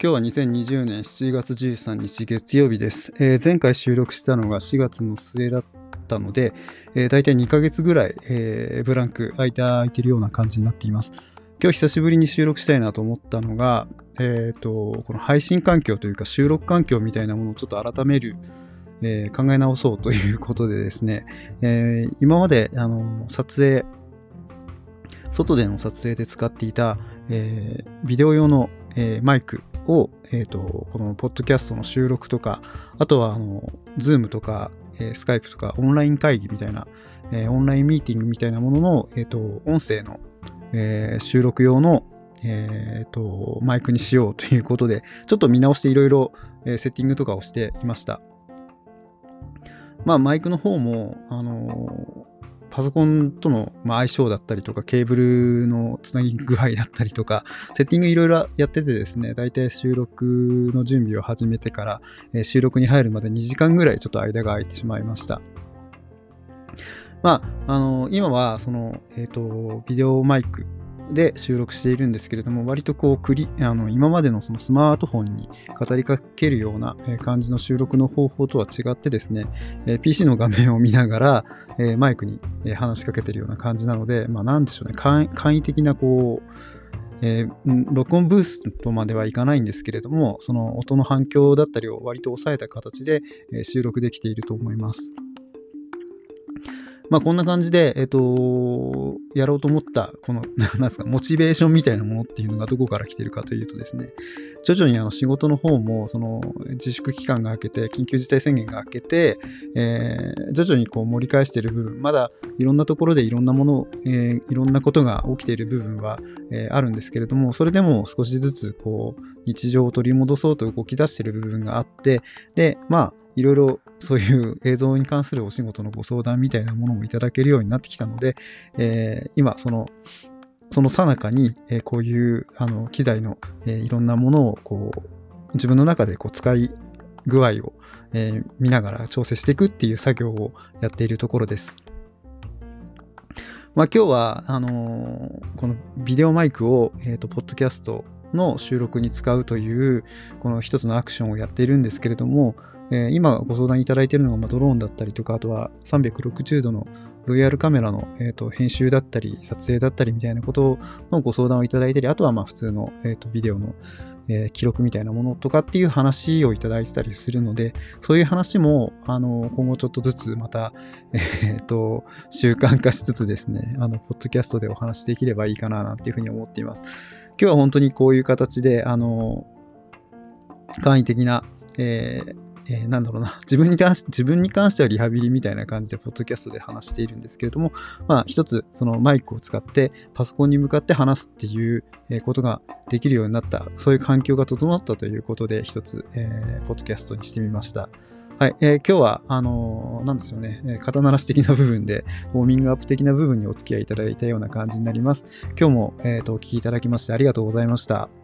今日は2020年7月13日月曜日です。前回収録したのが4月の末だったので、だいたい2ヶ月ぐらい、ブランク空いてるような感じになっています。今日久しぶりに収録したいなと思ったのが、この配信環境というか収録環境みたいなものをちょっと改める、考え直そうということでですね、今まで外での撮影で使っていた、ビデオ用の、マイクを、このポッドキャストの収録とか、あとはZoom とか、スカイプとかオンライン会議みたいな、オンラインミーティングみたいなものの、音声の、収録用の、マイクにしようということで、ちょっと見直していろいろセッティングとかをしていました。マイクの方も、パソコンとの相性だったりとか、ケーブルのつなぎ具合だったりとか、セッティングいろいろやっててですね、だいたい収録の準備を始めてから、収録に入るまで2時間ぐらいちょっと間が空いてしまいました。今はその、ビデオマイクで収録しているんですけれども、割とこう今までのそのスマートフォンに語りかけるような感じの収録の方法とは違ってですね、PC の画面を見ながらマイクに話しかけてるような感じなので、なんでしょうね、簡易的なこう、録音ブースとまではいかないんですけれども、その音の反響だったりを割と抑えた形で収録できていると思います。こんな感じで、やろうと思った、この、なんですか、モチベーションみたいなものっていうのがどこから来てるかというとですね、徐々に仕事の方も、その、自粛期間が明けて、緊急事態宣言が明けて、徐々にこう盛り返している部分、まだいろんなところでいろんなもの、いろんなことが起きている部分は、あるんですけれども、それでも少しずつ、こう、日常を取り戻そうと動き出している部分があって、で、いろいろそういう映像に関するお仕事のご相談みたいなものもいただけるようになってきたので、今その最中に、こういう機材の、いろんなものをこう自分の中でこう使い具合を、見ながら調整していくっていう作業をやっているところです。今日はこのビデオマイクを、ポッドキャストの収録に使うというこの一つのアクションをやっているんですけれども、今ご相談いただいているのがドローンだったりとか、あとは360度の VR カメラの、編集だったり撮影だったりみたいなことのご相談をいただいたり、あとは普通の、ビデオの、記録みたいなものとかっていう話をいただいてたりするので、そういう話も今後ちょっとずつまた、習慣化しつつですね、ポッドキャストでお話できればいいかななんていうふうに思っています。今日は本当にこういう形で簡易的な、自分に関してはリハビリみたいな感じでポッドキャストで話しているんですけれども、一つそのマイクを使ってパソコンに向かって話すっていうことができるようになった、そういう環境が整ったということで一つ、ポッドキャストにしてみました。はい、今日はなんですよね、肩慣らし的な部分でウォーミングアップ的な部分にお付き合いいただいたような感じになります。今日も、お聞きいただきましてありがとうございました。